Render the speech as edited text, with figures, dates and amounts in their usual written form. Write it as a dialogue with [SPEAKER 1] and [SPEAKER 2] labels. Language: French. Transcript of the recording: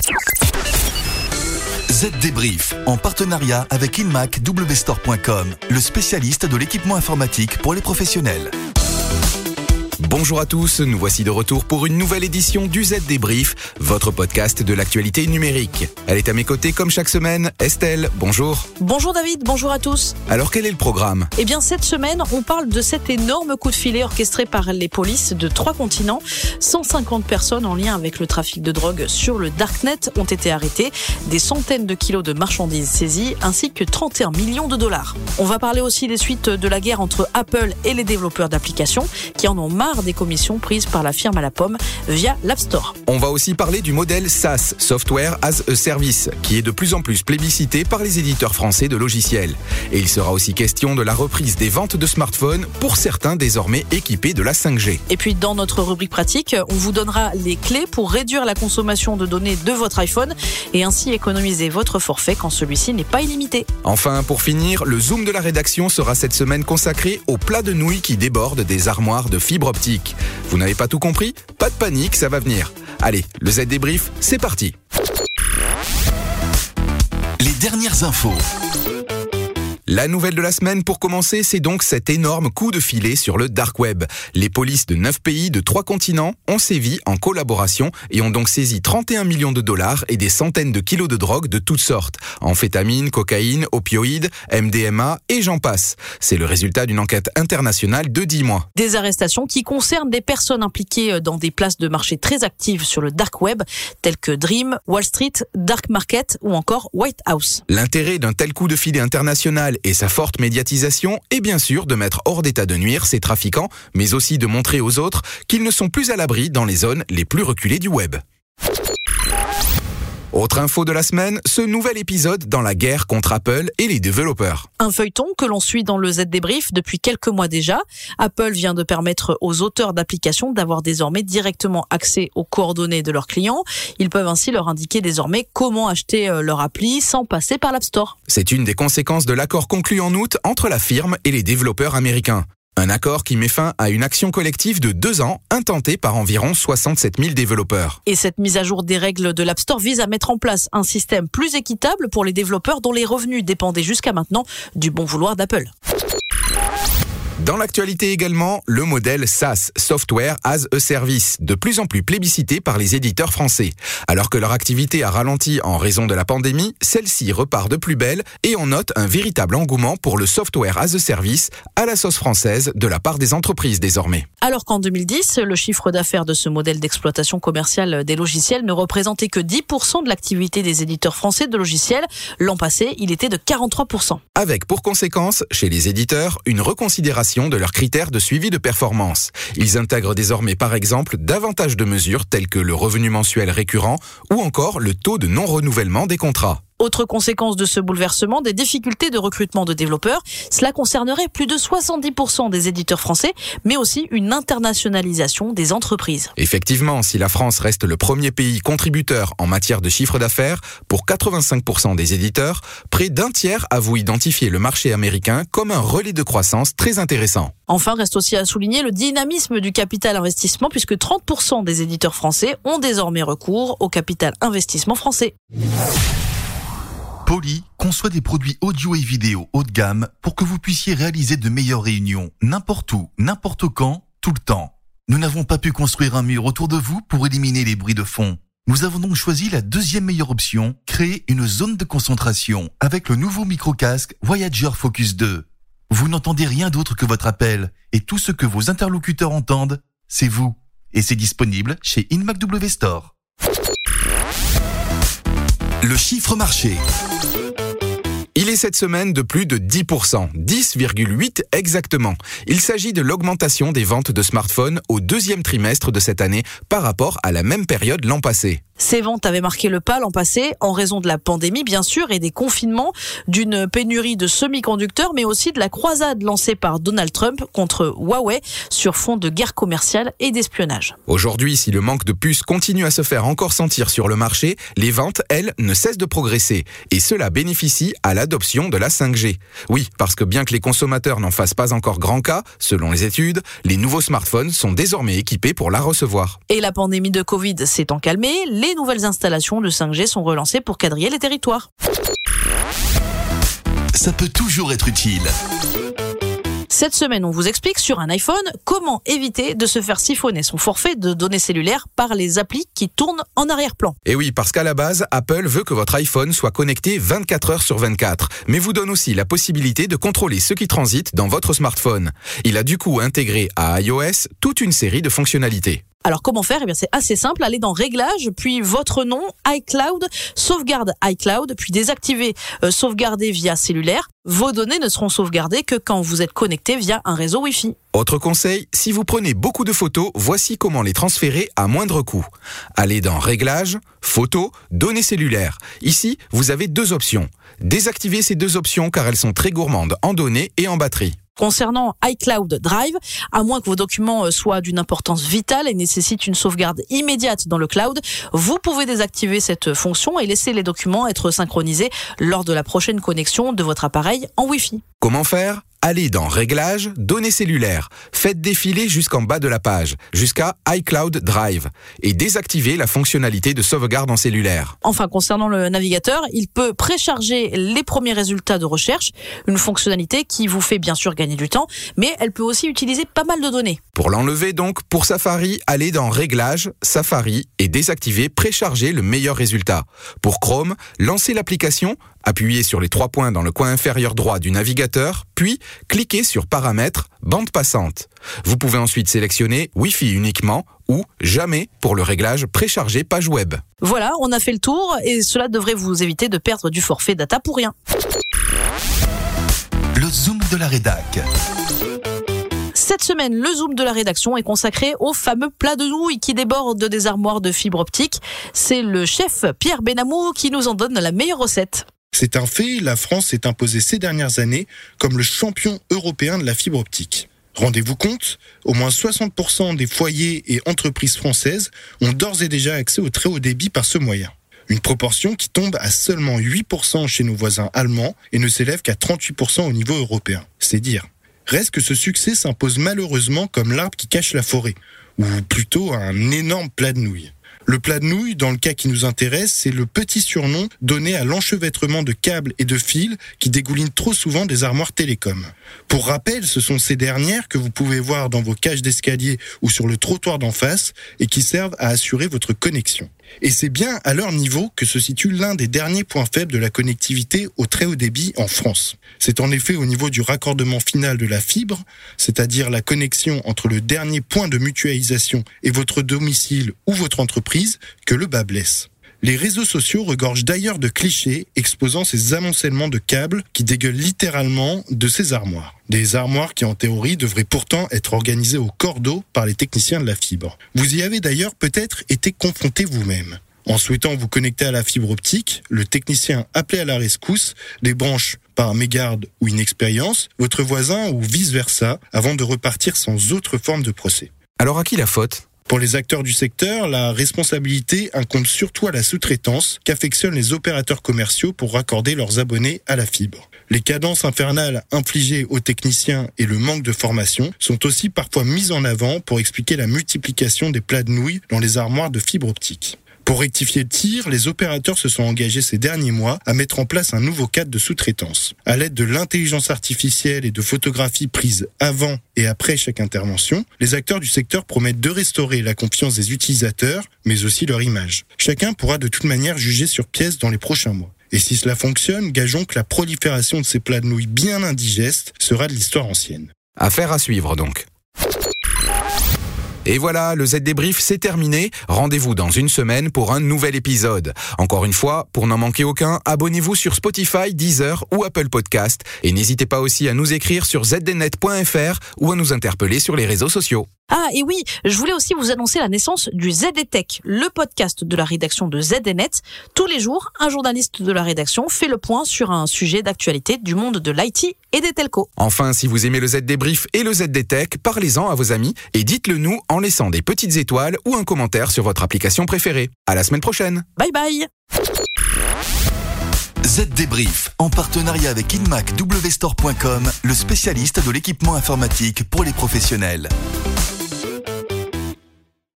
[SPEAKER 1] Z Débrief, en partenariat avec InmacWstore.com, le spécialiste de l'équipement informatique pour les professionnels.
[SPEAKER 2] Bonjour à tous, nous voici de retour pour une nouvelle édition du Z Débrief, votre podcast de l'actualité numérique. Elle est à mes côtés comme chaque semaine, Estelle, bonjour.
[SPEAKER 3] Bonjour David, bonjour à tous.
[SPEAKER 2] Alors quel est le programme ?
[SPEAKER 3] Eh bien cette semaine, on parle de cet énorme coup de filet orchestré par les polices de 3 continents. 150 personnes en lien avec le trafic de drogue sur le Darknet ont été arrêtées, des centaines de kilos de marchandises saisies, ainsi que 31 millions de dollars. On va parler aussi des suites de la guerre entre Apple et les développeurs d'applications qui en ont marre des commissions prises par la firme à la pomme via l'App Store.
[SPEAKER 2] On va aussi parler du modèle SaaS, Software as a Service, qui est de plus en plus plébiscité par les éditeurs français de logiciels. Et il sera aussi question de la reprise des ventes de smartphones, pour certains désormais équipés de la 5G.
[SPEAKER 3] Et puis dans notre rubrique pratique, on vous donnera les clés pour réduire la consommation de données de votre iPhone et ainsi économiser votre forfait quand celui-ci n'est pas illimité.
[SPEAKER 2] Enfin, pour finir, le Zoom de la rédaction sera cette semaine consacré au plat de nouilles qui déborde des armoires de fibre optique. Vous n'avez pas tout compris ? Pas de panique, ça va venir. Allez, le Z Débrief, c'est parti.
[SPEAKER 1] Les dernières infos.
[SPEAKER 2] La nouvelle de la semaine pour commencer, c'est donc cet énorme coup de filet sur le Dark Web. Les polices de 9 pays de 3 continents ont sévi en collaboration et ont donc saisi 31 millions de dollars et des centaines de kilos de drogue de toutes sortes. Amphétamines, cocaïne, opioïdes, MDMA et j'en passe. C'est le résultat d'une enquête internationale de 10 mois.
[SPEAKER 3] Des arrestations qui concernent des personnes impliquées dans des places de marché très actives sur le Dark Web, telles que Dream, Wall Street, Dark Market ou encore White House.
[SPEAKER 2] L'intérêt d'un tel coup de filet international et sa forte médiatisation est bien sûr de mettre hors d'état de nuire ces trafiquants, mais aussi de montrer aux autres qu'ils ne sont plus à l'abri dans les zones les plus reculées du web. Autre info de la semaine, ce nouvel épisode dans la guerre contre Apple et les développeurs.
[SPEAKER 3] Un feuilleton que l'on suit dans le Z Débrief depuis quelques mois déjà. Apple vient de permettre aux auteurs d'applications d'avoir désormais directement accès aux coordonnées de leurs clients. Ils peuvent ainsi leur indiquer désormais comment acheter leur appli sans passer par l'App Store.
[SPEAKER 2] C'est une des conséquences de l'accord conclu en août entre la firme et les développeurs américains. Un accord qui met fin à une action collective de 2 ans, intentée par environ 67 000 développeurs.
[SPEAKER 3] Et cette mise à jour des règles de l'App Store vise à mettre en place un système plus équitable pour les développeurs dont les revenus dépendaient jusqu'à maintenant du bon vouloir d'Apple.
[SPEAKER 2] Dans l'actualité également, le modèle SaaS, Software as a Service, de plus en plus plébiscité par les éditeurs français. Alors que leur activité a ralenti en raison de la pandémie, celle-ci repart de plus belle et on note un véritable engouement pour le Software as a Service à la sauce française de la part des entreprises désormais.
[SPEAKER 3] Alors qu'en 2010, le chiffre d'affaires de ce modèle d'exploitation commerciale des logiciels ne représentait que 10% de l'activité des éditeurs français de logiciels. L'an passé, il était de 43%.
[SPEAKER 2] Avec pour conséquence, chez les éditeurs, une reconsidération de leurs critères de suivi de performance. Ils intègrent désormais par exemple davantage de mesures telles que le revenu mensuel récurrent ou encore le taux de non-renouvellement des contrats.
[SPEAKER 3] Autre conséquence de ce bouleversement, des difficultés de recrutement de développeurs. Cela concernerait plus de 70% des éditeurs français, mais aussi une internationalisation des entreprises.
[SPEAKER 2] Effectivement, si la France reste le premier pays contributeur en matière de chiffre d'affaires, pour 85% des éditeurs, près d'un tiers avouent identifier le marché américain comme un relais de croissance très intéressant.
[SPEAKER 3] Enfin, reste aussi à souligner le dynamisme du capital investissement, puisque 30% des éditeurs français ont désormais recours au capital investissement français.
[SPEAKER 1] Poly conçoit des produits audio et vidéo haut de gamme pour que vous puissiez réaliser de meilleures réunions n'importe où, n'importe quand, tout le temps. Nous n'avons pas pu construire un mur autour de vous pour éliminer les bruits de fond. Nous avons donc choisi la deuxième meilleure option, créer une zone de concentration avec le nouveau micro-casque Voyager Focus 2. Vous n'entendez rien d'autre que votre appel et tout ce que vos interlocuteurs entendent, c'est vous. Et c'est disponible chez InmacWstore. Le chiffre marché.
[SPEAKER 2] Il est cette semaine de plus de 10%, 10,8 exactement. Il s'agit de l'augmentation des ventes de smartphones au deuxième trimestre de cette année par rapport à la même période l'an passé.
[SPEAKER 3] Ces ventes avaient marqué le pas l'an passé en raison de la pandémie bien sûr et des confinements, d'une pénurie de semi-conducteurs mais aussi de la croisade lancée par Donald Trump contre Huawei sur fond de guerre commerciale et d'espionnage.
[SPEAKER 2] Aujourd'hui, si le manque de puces continue à se faire encore sentir sur le marché, les ventes, elles, ne cessent de progresser et cela bénéficie à l'adoption l'adoption de la 5G. Oui, parce que bien que les consommateurs n'en fassent pas encore grand cas, selon les études, les nouveaux smartphones sont désormais équipés pour la recevoir.
[SPEAKER 3] Et la pandémie de Covid s'étant calmée, les nouvelles installations de 5G sont relancées pour quadriller les territoires.
[SPEAKER 1] Ça peut toujours être utile.
[SPEAKER 3] Cette semaine, on vous explique sur un iPhone comment éviter de se faire siphonner son forfait de données cellulaires par les applis qui tournent en arrière-plan.
[SPEAKER 2] Et oui, parce qu'à la base, Apple veut que votre iPhone soit connecté 24 heures sur 24, mais vous donne aussi la possibilité de contrôler ce qui transite dans votre smartphone. Il a du coup intégré à iOS toute une série de fonctionnalités.
[SPEAKER 3] Alors comment faire ? Eh bien c'est assez simple, allez dans Réglages, puis votre nom, iCloud, sauvegarde iCloud, puis désactiver sauvegarder via cellulaire. Vos données ne seront sauvegardées que quand vous êtes connecté via un réseau Wi-Fi.
[SPEAKER 2] Autre conseil, si vous prenez beaucoup de photos, voici comment les transférer à moindre coût. Allez dans Réglages, Photos, Données cellulaires. Ici, vous avez deux options. Désactivez ces deux options car elles sont très gourmandes en données et en batterie.
[SPEAKER 3] Concernant iCloud Drive, à moins que vos documents soient d'une importance vitale et nécessitent une sauvegarde immédiate dans le cloud, vous pouvez désactiver cette fonction et laisser les documents être synchronisés lors de la prochaine connexion de votre appareil en Wi-Fi.
[SPEAKER 2] Comment faire ? Allez dans Réglages, Données cellulaires. Faites défiler jusqu'en bas de la page, jusqu'à iCloud Drive, et désactivez la fonctionnalité de sauvegarde en cellulaire.
[SPEAKER 3] Enfin, concernant le navigateur, il peut précharger les premiers résultats de recherche, une fonctionnalité qui vous fait bien sûr gagner du temps, mais elle peut aussi utiliser pas mal de données.
[SPEAKER 2] Pour l'enlever donc, pour Safari, allez dans Réglages, Safari, et désactivez Précharger le meilleur résultat. Pour Chrome, lancez l'application, appuyez sur les 3 points dans le coin inférieur droit du navigateur, puis cliquez sur Paramètres, bande passante. Vous pouvez ensuite sélectionner Wi-Fi uniquement ou Jamais pour le réglage Précharger page web.
[SPEAKER 3] Voilà, on a fait le tour et cela devrait vous éviter de perdre du forfait data pour rien.
[SPEAKER 1] Le Zoom de la rédac.
[SPEAKER 3] Cette semaine, le Zoom de la rédaction est consacré au fameux plat de nouilles qui déborde des armoires de fibre optique. C'est le chef Pierre Benamou qui nous en donne la meilleure recette.
[SPEAKER 4] C'est un fait, la France s'est imposée ces dernières années comme le champion européen de la fibre optique. Rendez-vous compte, au moins 60% des foyers et entreprises françaises ont d'ores et déjà accès au très haut débit par ce moyen. Une proportion qui tombe à seulement 8% chez nos voisins allemands et ne s'élève qu'à 38% au niveau européen. C'est dire. Reste que ce succès s'impose malheureusement comme l'arbre qui cache la forêt, ou plutôt un énorme plat de nouilles. Le plat de nouilles, dans le cas qui nous intéresse, c'est le petit surnom donné à l'enchevêtrement de câbles et de fils qui dégoulinent trop souvent des armoires télécom. Pour rappel, ce sont ces dernières que vous pouvez voir dans vos cages d'escalier ou sur le trottoir d'en face et qui servent à assurer votre connexion. Et c'est bien à leur niveau que se situe l'un des derniers points faibles de la connectivité au très haut débit en France. C'est en effet au niveau du raccordement final de la fibre, c'est-à-dire la connexion entre le dernier point de mutualisation et votre domicile ou votre entreprise, que le bât blesse. Les réseaux sociaux regorgent d'ailleurs de clichés exposant ces amoncellements de câbles qui dégueulent littéralement de ces armoires. Des armoires qui en théorie devraient pourtant être organisées au cordeau par les techniciens de la fibre. Vous y avez d'ailleurs peut-être été confronté vous-même. En souhaitant vous connecter à la fibre optique, le technicien appelé à la rescousse débranche par mégarde ou inexpérience votre voisin ou vice-versa avant de repartir sans autre forme de procès.
[SPEAKER 2] Alors à qui la faute ?
[SPEAKER 4] Pour les acteurs du secteur, la responsabilité incombe surtout à la sous-traitance qu'affectionnent les opérateurs commerciaux pour raccorder leurs abonnés à la fibre. Les cadences infernales infligées aux techniciens et le manque de formation sont aussi parfois mises en avant pour expliquer la multiplication des plats de nouilles dans les armoires de fibre optique. Pour rectifier le tir, les opérateurs se sont engagés ces derniers mois à mettre en place un nouveau cadre de sous-traitance. À l'aide de l'intelligence artificielle et de photographies prises avant et après chaque intervention, les acteurs du secteur promettent de restaurer la confiance des utilisateurs, mais aussi leur image. Chacun pourra de toute manière juger sur pièce dans les prochains mois. Et si cela fonctionne, gageons que la prolifération de ces plats de nouilles bien indigestes sera de l'histoire ancienne.
[SPEAKER 2] Affaire à suivre donc. Et voilà, le Z Débrief, c'est terminé. Rendez-vous dans une semaine pour un nouvel épisode. Encore une fois, pour n'en manquer aucun, abonnez-vous sur Spotify, Deezer ou Apple Podcast. Et n'hésitez pas aussi à nous écrire sur zdnet.fr ou à nous interpeller sur les réseaux sociaux.
[SPEAKER 3] Ah, et oui, je voulais aussi vous annoncer la naissance du ZDTech, le podcast de la rédaction de ZDNet. Tous les jours, un journaliste de la rédaction fait le point sur un sujet d'actualité du monde de l'IT et des telcos.
[SPEAKER 2] Enfin, si vous aimez le Z Débrief et le ZDTech, parlez-en à vos amis et dites-le nous en laissant des petites étoiles ou un commentaire sur votre application préférée. À la semaine prochaine.
[SPEAKER 3] Bye bye.
[SPEAKER 1] Z-Débrief, en partenariat avec InmacWstore.com, le spécialiste de l'équipement informatique pour les professionnels.